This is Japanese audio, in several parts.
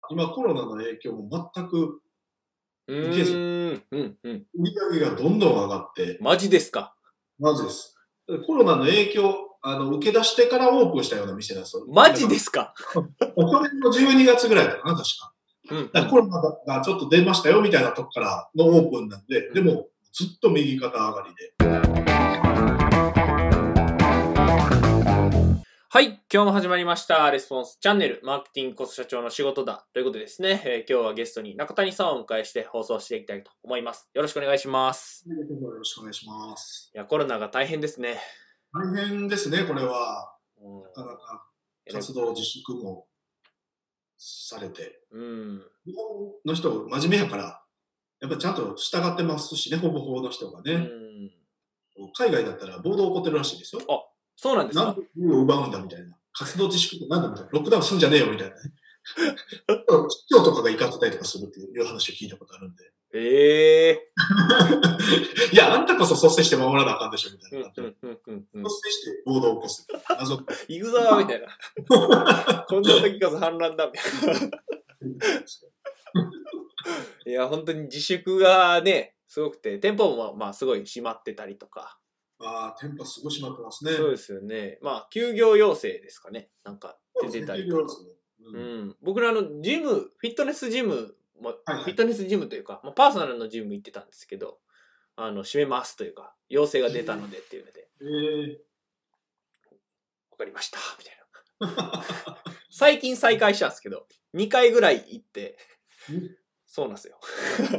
今コロナの影響も全く受けず、 売り上げがどんどん上がって。 マジですか？ マジです。コロナの影響、受け出してからオープンしたような店なんですよ。 マジですか？ 去年の12月ぐらいだったかな、確か。だからコロナがちょっと出ましたよみたいなとこからのオープンなんで、でもずっと右肩上がりで。 はい。今日も始まりました。レスポンスチャンネル、マーケティングこそ社長の仕事だ。ということでですね、今日はゲストに中谷さんをお迎えして放送していきたいと思います。よろしくお願いします。 よろしくお願いします。 いや、コロナが大変ですね。 大変ですね、これは。なかなか活動自粛もされて。日本の人、真面目やから、やっぱりちゃんと従ってますしね、ほぼほぼの人がね。海外だったら暴動起こってるらしいですよ。 あ、そうなんですか？ なんで自由を奪うんだみたいな。活動自粛ってなんだみたいな。ロックダウンすんじゃねえよみたいなね。市長とかが怒ってたりとかするっていう話を聞いたことあるんで。いや、あんたこそ率先して守らなあかんでしょみたいな。率先して暴動を起こす。謎行くぞーみたいな。こんな時こそ反乱だみたいな。いや、本当に自粛がね、すごくて、店舗もまあすごい閉まってたりとか。 店舗すごい閉まってますね。 そうですよね。まあ、休業要請ですかね。なんか、出てたりとか。僕らジム、フィットネスジムも、フィットネスジムというか、パーソナルのジム行ってたんですけど、閉めますというか、要請が出たのでっていうので、わかりました、みたいな。最近再開したんですけど、2回ぐらい行って、そうなんですよ。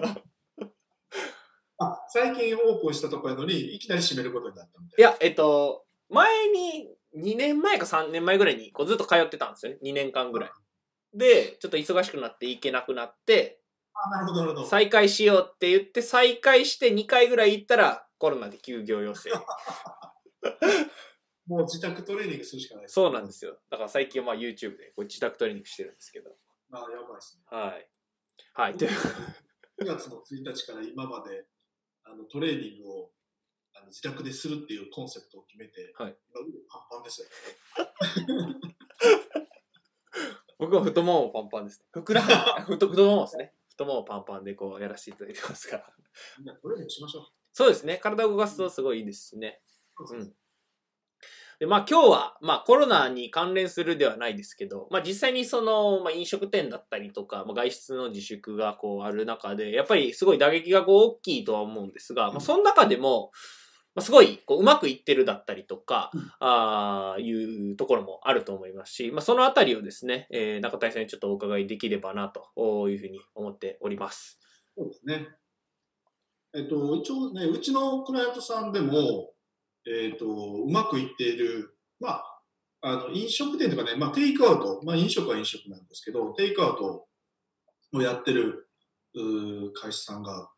最近オープンしたところやのに、いきなり閉めることになったみたいな。 いや、前に、2年前か3年前ぐらいにずっと通ってたんですよね。2年間ぐらい。で、ちょっと忙しくなって行けなくなって、 なるほど、なるほど。 再開しようって言って、再開して2回ぐらい行ったら、コロナで休業要請。 もう自宅トレーニングするしかないです。 そうなんですよ。だから最近はYouTube で自宅トレーニングしてるんですけど。 やばいですね。 はい。はい。 9月の1日から今まで、トレーニングを自宅でするっていうコンセプトを決めて、 はい、 今パンパンですよ。 僕は太ももパンパンですね。太ももですね。太ももパンパンでこうやらせていただいてますから。 みんなトレーニングしましょう。 そうですね。体を動かすとすごいいいですしね。で、今日は、コロナに関連するではないですけど、実際に飲食店だったりとか、外出の自粛がある中で、やっぱりすごい打撃が大きいとは思うんですが、その中でも、すごいうまくいってるだったりとか、いうところもあると思いますし、そのあたりをですね、中谷さんにちょっとお伺いできればなというふうに思っております。 そうですね。一応ね、うちのクライアントさんでも、うまくいっている、飲食店とかね、テイクアウト、飲食は飲食なんですけど、テイクアウトをやってる会社さんがあって、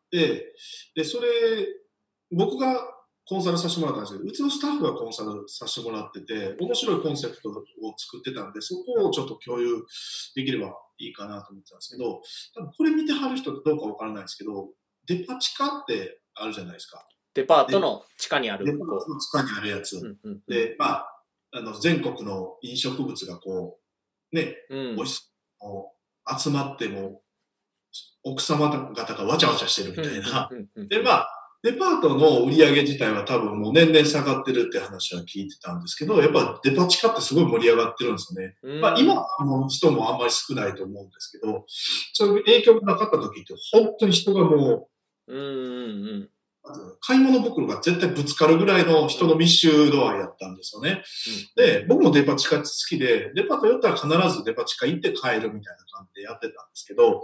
で、それ、僕がコンサルさせてもらったんですけど、うちのスタッフがコンサルさせてもらってて、面白いコンセプトを作ってたんで、そこをちょっと共有できればいいかなと思ってたんですけど、多分これ見てはる人どうかわからないですけど、デパ地下ってあるじゃないですか。 デパートの地下にある。 デパートの地下にあるやつ。で、全国の飲食物が美味し集まっても、奥様方がわちゃわちゃしてるみたいな。で、デパートの売り上げ自体は多分もう年々下がってるって話は聞いてたんですけど、やっぱデパ地下ってすごい盛り上がってるんですよね。今の人もあんまり少ないと思うんですけど、そういう影響がなかった時って本当に人がもう、買い物袋が絶対ぶつかるぐらいの人の密集度合いだったんですよね。で、僕もデパ地下好きで、デパート寄ったら必ずデパ地下行って買えるみたいな感じでやってたんですけど、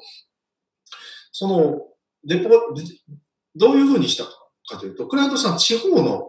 どういうふうにしたかというと、クライアントさん地方の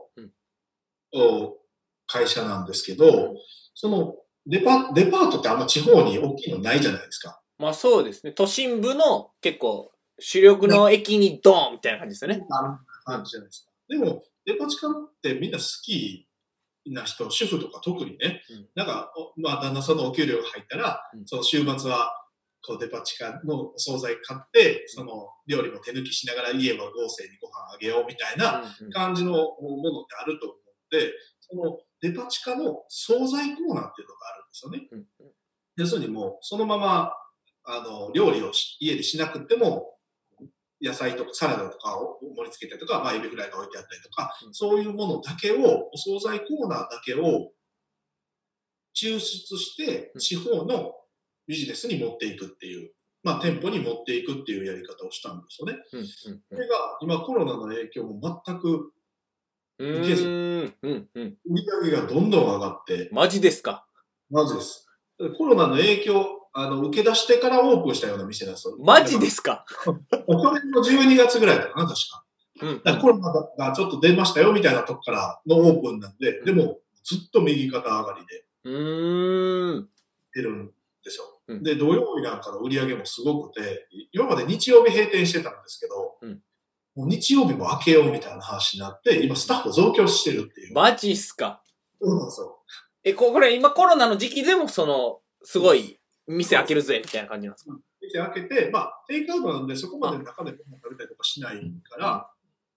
会社なんですけど、デパートってあんま地方に大きいのないじゃないですか。 そうですね。都心部の結構主力の駅にドーンみたいな感じですよね。 感じじゃないですか。でも、デパ地下ってみんな好きな人、主婦とか特にね、旦那さんのお給料が入ったら、その週末は、デパ地下のお惣菜買って、料理も手抜きしながら家は豪勢にご飯あげようみたいな感じのものってあると思うので、デパ地下の惣菜コーナーっていうのがあるんですよね。要するにもう、そのまま、 料理を家でしなくても、野菜とかサラダとかを盛り付けたりとか、まあ、エビフライが置いてあったりとか、そういうものだけを、お惣菜コーナーだけを抽出して、地方のビジネスに持っていくっていう、まあ、店舗に持っていくっていうやり方をしたんですよね。それが、今コロナの影響も全く受けず、売り上げがどんどん上がって。 マジですか？ マジです。コロナの影響、受け出してからオープンしたような店なんですよ。 マジですか？ 去年の12月ぐらいだったかな、確か。だからコロナがちょっと出ましたよみたいなとこからのオープンなんで、でもずっと右肩上がりで出るんですよ。で、土曜日なんかの売り上げもすごくて、今まで日曜日閉店してたんですけど、もう日曜日も開けようみたいな話になって、今スタッフ増強してるっていう。 マジっすか？ そうなんですよ。 これ今コロナの時期でもすごい店開けるぜみたいな感じなんですか？ 店開けて、まあ、テイクアウトなんでそこまで中でご飯食べたりとかしないから、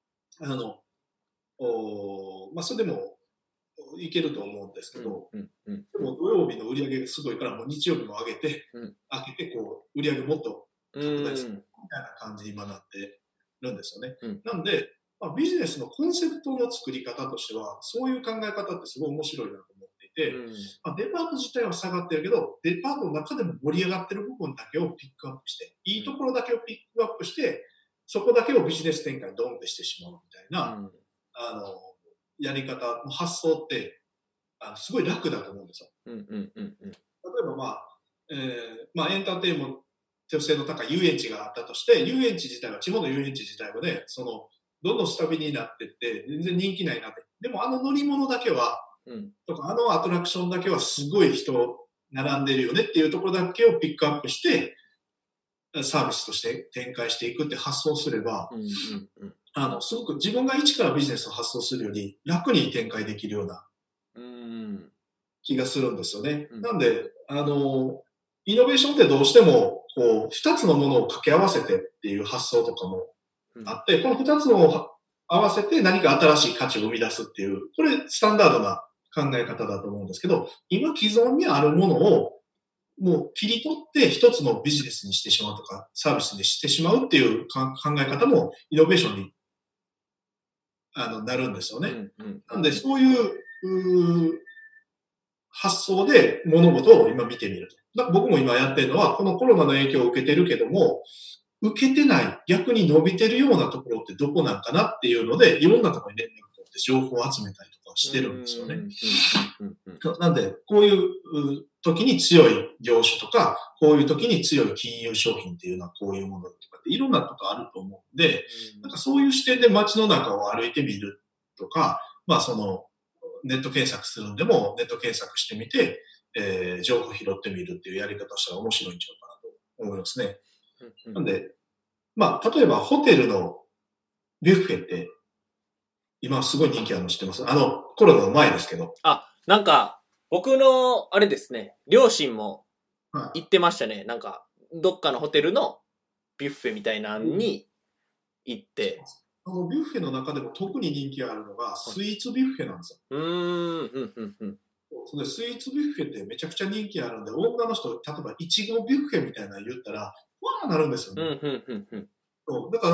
まあ、それでもいけると思うんですけど、でも土曜日の売り上げがすごいから、もう日曜日も上げて、開けて、こう、売り上げもっと拡大するみたいな感じに今なってるんですよね。なんで、まあ、ビジネスのコンセプトの作り方としては、そういう考え方ってすごい面白いなと思っていて、まあ、デパート自体は下がってるけど、デパートの中でも盛り上がってる部分だけをピックアップして、いいところだけをピックアップして、そこだけをビジネス展開にドンってしてしまうみたいな、やり方の発想って、すごい楽だと思うんですよ。例えば、まあ、エンターテインメント性の高い遊園地があったとして、遊園地自体は、地方の遊園地自体はね、どんどん下火になってって、全然人気ないなって。でも乗り物だけは、とかアトラクションだけはすごい人並んでるよねっていうところだけをピックアップして、サービスとして展開していくって発想すれば、すごく自分が一からビジネスを発想するより楽に展開できるような気がするんですよね。なんで、イノベーションってどうしても、こう、二つのものを掛け合わせてっていう発想とかもあって、この二つのを合わせて何か新しい価値を生み出すっていう、これスタンダードな考え方だと思うんですけど、今既存にあるものをもう切り取って一つのビジネスにしてしまうとか、サービスにしてしまうっていう考え方もイノベーションになるんですよね。なんでそういう発想で物事を今見てみると。僕も今やってるのは、このコロナの影響を受けてるけども、受けてない、逆に伸びてるようなところってどこなんかなっていうので、いろんなところに連絡を取って情報を集めたりとかしてるんですよね。なんで、こういう時に強い業種とか、こういう時に強い金融商品っていうのはこういうものとかっていろんなことあると思うんで、なんかそういう視点で街の中を歩いてみるとか、まあネット検索するんでもネット検索してみて、情報拾ってみるっていうやり方をしたら面白いんちゃうかなと思いますね。なんで、まあ、例えばホテルのビュッフェって、今すごい人気あるの知ってます？コロナの前ですけど。 なんか、僕の、あれですね、両親も行ってましたね。なんか、どっかのホテルのビュッフェみたいなのに行って。 ビュッフェの中でも特に人気があるのが、スイーツビュッフェなんですよ。それでスイーツビュッフェってめちゃくちゃ人気あるんで、女の人、例えばいちごビュッフェみたいなの言ったら、わーなるんですよね。だから、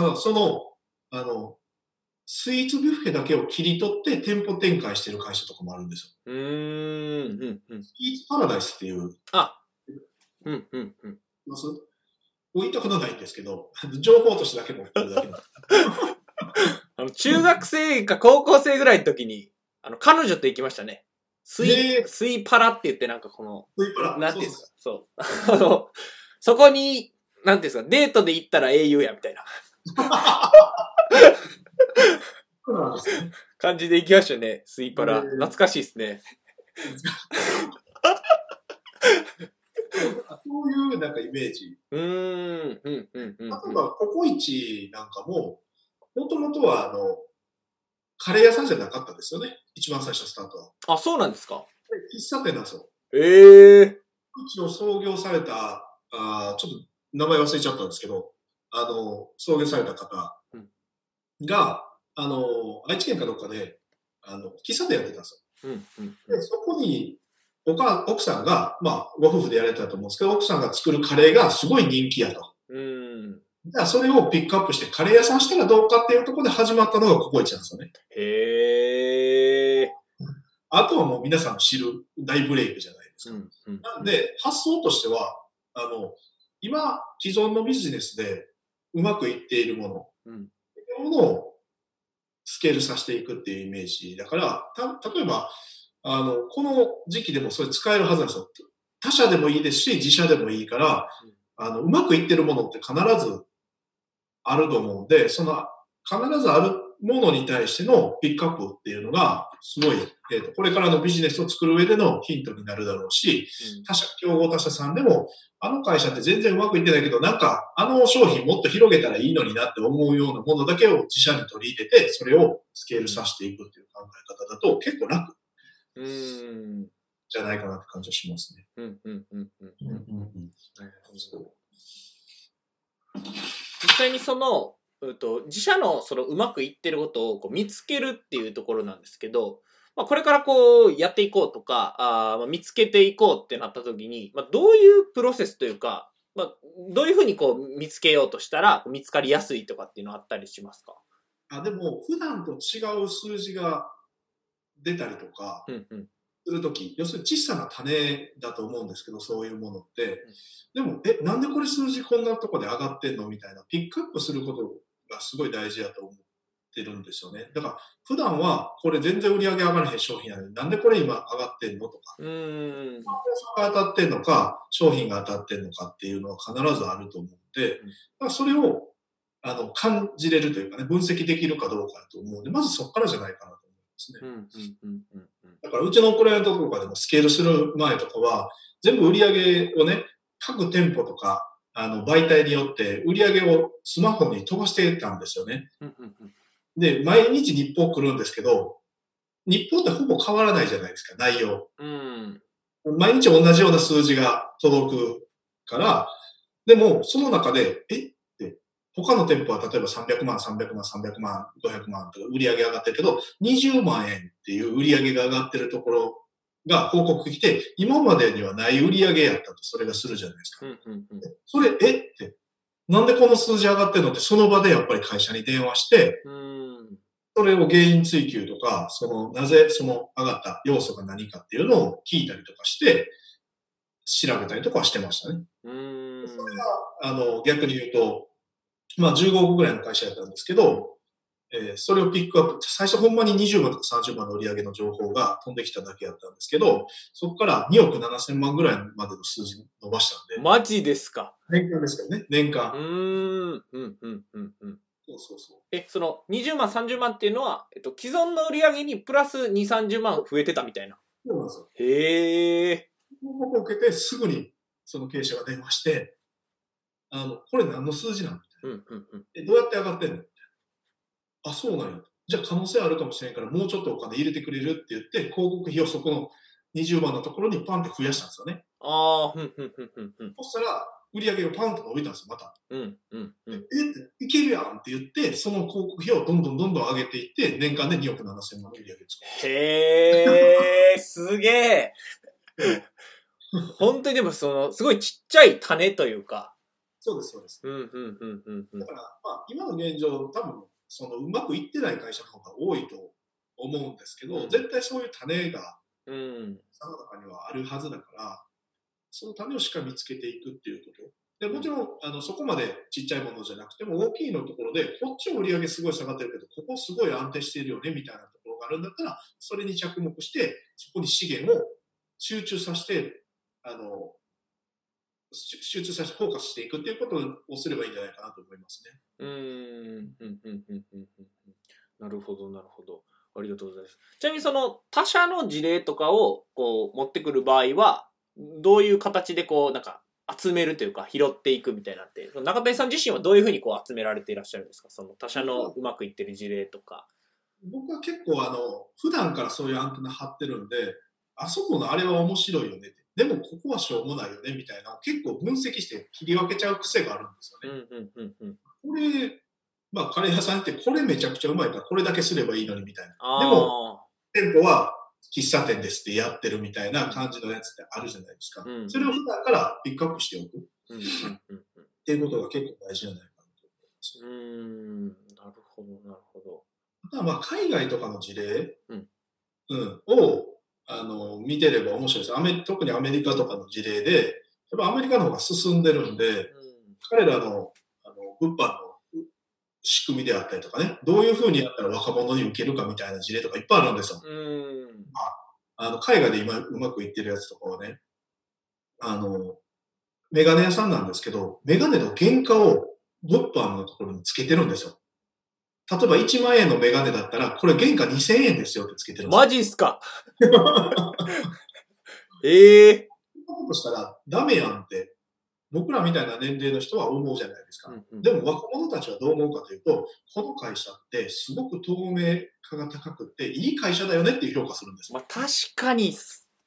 スイーツビュッフェだけを切り取って店舗展開してる会社とかもあるんですよ。スイーツパラダイスっていう。僕行ったことないんですけど、情報としてだけ持ってるだけなんです。 中学生か高校生ぐらいの時に、彼女と行きましたね。スイパラって言って、なんかなんていうんですか、そこに、なんていうんですか、デートで行ったら英雄や、みたいな。感じで行きましたね、スイパラ。懐かしいですね。 そういうなんかイメージ。例えば、ココイチなんかも、もともとはカレー屋さんじゃなかったですよね。一番最初スタートは。 そうなんですか？ 喫茶店なんですよ。一応創業された、ちょっと名前忘れちゃったんですけど、創業された方が、愛知県かどっかで、喫茶店やってたんですよ。でそこに、 奥さんが、まあ、ご夫婦でやられたと思うんですけど、奥さんが作るカレーがすごい人気やと。じゃあそれをピックアップしてカレー屋さんしたらどうかっていうところで始まったのがココイチなんですよね。 へー。 あとはもう皆さん知る大ブレイクじゃないですか。なんで、発想としては、今、既存のビジネスでうまくいっているもの、っていうものをスケールさせていくっていうイメージだから、例えば、この時期でもそれ使えるはずなんですよ。他社でもいいですし、自社でもいいから、うまくいってるものって必ずあると思うんで、必ずあるものに対してのピックアップっていうのが、すごい、これからのビジネスを作る上でのヒントになるだろうし、競合他社さんでも、あの会社って全然うまくいってないけど、なんか、あの商品もっと広げたらいいのになって思うようなものだけを自社に取り入れて、それをスケールさせていくっていう考え方だと、結構楽じゃないかなって感じはしますね。 実際に自社のうまくいってることを見つけるっていうところなんですけど、まあ、これからやっていこうとか、見つけていこうってなった時に、まあ、どういうプロセスというか、まあ、どういうふうに見つけようとしたら見つかりやすいとかっていうのはあったりしますか？ でも、普段と違う数字が出たりとか、するとき、要するに小さな種だと思うんですけど、そういうものって。でも、なんでこれ数字こんなとこで上がってんのみたいな、ピックアップすることがすごい大事だと思ってるんですよね。だから、普段はこれ全然売り上げ上がらへん商品なのに、なんでこれ今上がってんのとか、が当たってんのか、商品が当たってんのかっていうのは必ずあると思うので、それを感じれるというかね、分析できるかどうかだと思うので、まずそこからじゃないかなと思いますね。だからうちのクライアントとかでもスケールする前とかは、全部売り上げをね、各店舗とか、媒体によって売り上げをスマホに飛ばしてたんですよね。で、毎日日報来るんですけど、日報ってほぼ変わらないじゃないですか、内容。毎日同じような数字が届くから、でも、その中で、他の店舗は例えば300万、300万、300万、500万とか売り上げ上がってるけど、20万円っていう売り上げが上がってるところが報告来て、今までにはない売り上げやったと、それがするじゃないですか。それ、って、なんでこの数字上がってるのって、その場でやっぱり会社に電話して、それを原因追求とか、なぜその上がった要素が何かっていうのを聞いたりとかして、調べたりとかはしてましたね。それが、逆に言うと、まあ15億ぐらいの会社だったんですけど、それをピックアップ、最初ほんまに20万とか30万の売り上げの情報が飛んできただけだったんですけど、そこから2億7千万ぐらいまでの数字伸ばしたんで。 マジですか？ 年間ですからね、年間。 その20万、30万っていうのは、既存の売り上げにプラス2、30万増えてたみたいな。 そうなんですよ。 へー。 報告を受けてすぐにその経営者が電話して、これ何の数字なのどうやって上がってんのあ、そうなんや。じゃあ可能性あるかもしれんから、もうちょっとお金入れてくれるって言って、広告費をそこの20万のところにパンって増やしたんですよね。そしたら、売り上げがパンと伸びたんですよ、また。いけるやんって言って、その広告費をどんどん上げていって、年間で2億7千万の売り上げを作る。 へー、すげえ。本当にでもすごいちっちゃい種というか。 そうです、そうです。だから、まあ、今の現状、多分、うまくいってない会社の方が多いと思うんですけど、絶対そういう種が、世の中にはあるはずだから、その種をしっかり見つけていくっていうこと。でもちろん、そこまでちっちゃいものじゃなくても、大きいのところで、こっちは売り上げすごい下がってるけど、ここすごい安定しているよね、みたいなところがあるんだったら、それに着目して、そこに資源を集中させて、フォーカスしていくっていうことをすればいいんじゃないかなと思いますね。 なるほど、なるほど。ありがとうございます。ちなみに他社の事例とかを持ってくる場合は、どういう形でなんか集めるというか拾っていくみたいなって、中谷さん自身はどういうふうに集められていらっしゃるんですか？他社のうまくいってる事例とか。 僕は結構普段からそういうアンテナ張ってるんで、あそこのあれは面白いよねって。でもここはしょうもないよねみたいな、結構分析して切り分けちゃう癖があるんですよね。これ、まあカレー屋さんってこれめちゃくちゃうまいからこれだけすればいいのにみたいな。でも、店舗は喫茶店ですってやってるみたいな感じのやつってあるじゃないですか。それを普段からピックアップしておくっていうことが結構大事じゃないかなと思います。 なるほど、なるほど。 あとは海外とかの事例、を見てれば面白いです。特にアメリカとかの事例で、やっぱアメリカの方が進んでるんで、彼らの物販の仕組みであったりとかね、どういうふうにやったら若者に受けるかみたいな事例とかいっぱいあるんですよ。海外で今うまくいってるやつとかはね、メガネ屋さんなんですけど、メガネの原価を物販のところにつけてるんですよ。例えば1万円のメガネだったら、これ原価2000円ですよってつけてるんですよ。 マジっすかそうとしたらダメやんって、僕らみたいな年齢の人は思うじゃないですか。でも若者たちはどう思うかというと、この会社ってすごく透明化が高くって、いい会社だよねっていう評価するんですよ。 確かに。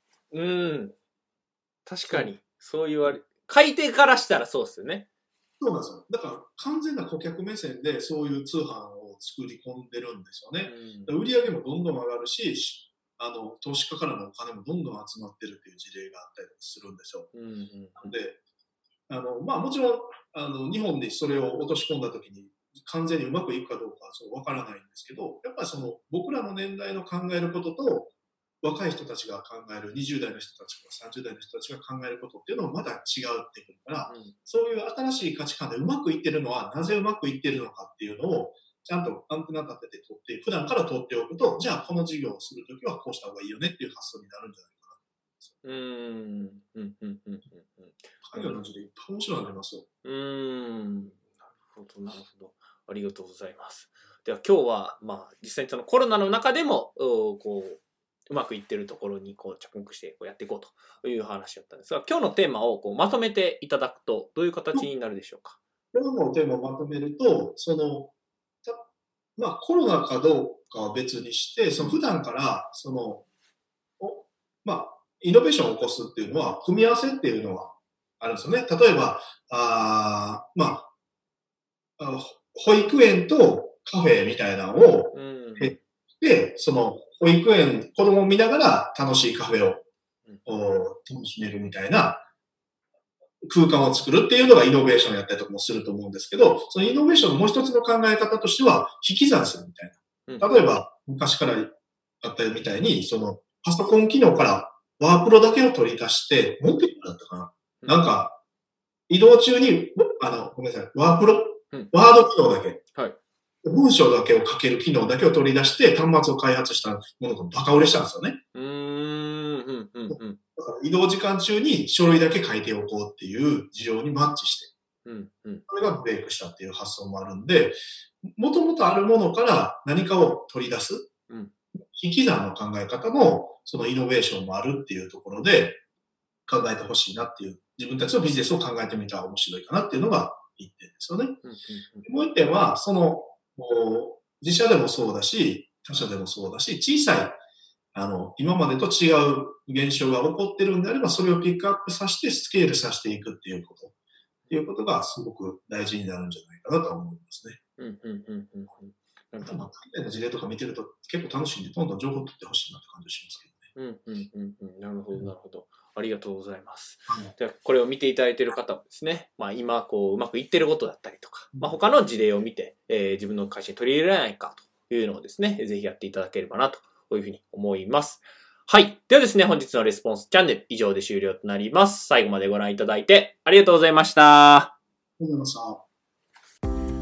確かに。そう言われ、買い手からしたらそうですよね。 そうなんですよ。だから完全な顧客目線でそういう通販を作り込んでるんですよね。売り上げもどんどん上がるし、投資家からのお金もどんどん集まってるっていう事例があったりするんですよ。で、もちろん、日本でそれを落とし込んだときに完全にうまくいくかどうかはわからないんですけど、やっぱり僕らの年代の考えることと、若い人たちが考える、20代の人たちとか30代の人たちが考えることっていうのもまだ違ってくるから、そういう新しい価値観でうまくいってるのはなぜうまくいってるのかっていうのをちゃんとアンテナ立てて取って、普段から取っておくと、じゃあこの事業をするときはこうした方がいいよねっていう発想になるんじゃないかな。海外の事例いっぱい面白いのありますよ。 なるほど、なるほど。ありがとうございます。では今日は、実際にそのコロナの中でも、うまくいってるところに着目してやっていこうという話だったんですが、今日のテーマをまとめていただくと、どういう形になるでしょうか？ 今日のテーマをまとめると、コロナかどうかは別にして、普段からイノベーションを起こすっていうのは、組み合わせっていうのはあるんですよね。例えば、保育園とカフェみたいなのを減って、保育園、子供を見ながら楽しいカフェを楽しめるみたいな空間を作るっていうのがイノベーションやったりとかもすると思うんですけど、そのイノベーションのもう一つの考え方としては、引き算するみたいな。例えば、昔からあったみたいに、パソコン機能からワープロだけを取り出して、もっといいだったかな。なんか、移動中に、ごめんなさい、ワード機能だけ。文章だけを書ける機能だけを取り出して、端末を開発したものがバカ売れしたんですよね。だから移動時間中に書類だけ書いておこうっていう需要にマッチして、それがブレイクしたっていう発想もあるんで、もともとあるものから何かを取り出す、引き算の考え方のそのイノベーションもあるっていうところで考えてほしいなっていう、自分たちのビジネスを考えてみたら面白いかなっていうのが一点ですよね。もう一点は、自社でもそうだし、他社でもそうだし、小さい、今までと違う現象が起こってるんであれば、それをピックアップさせて、スケールさせていくっていうことがすごく大事になるんじゃないかなと思いますね。海外の事例とか見てると結構楽しいんで、どんどん情報を取ってほしいなって感じがしますけどね。 なるほど、なるほど。ありがとうございます。でこれを見ていただいている方もですね、今うまくいってることだったりとか、他の事例を見て、自分の会社に取り入れられないかというのをですね、ぜひやっていただければなというふうに思います。はい。ではですね、本日のレスポンスチャンネル以上で終了となります。最後までご覧いただいてありがとうございました。 ありがとうございました。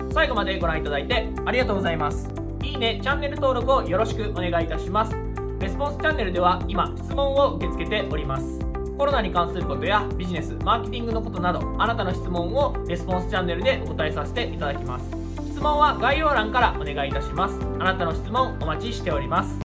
最後までご覧いただいてありがとうございます。いいね、チャンネル登録をよろしくお願いいたします。レスポンスチャンネルでは今質問を受け付けております。コロナに関することやビジネス、マーケティングのことなど、あなたの質問をレスポンスチャンネルでお答えさせていただきます。質問は概要欄からお願いいたします。あなたの質問お待ちしております。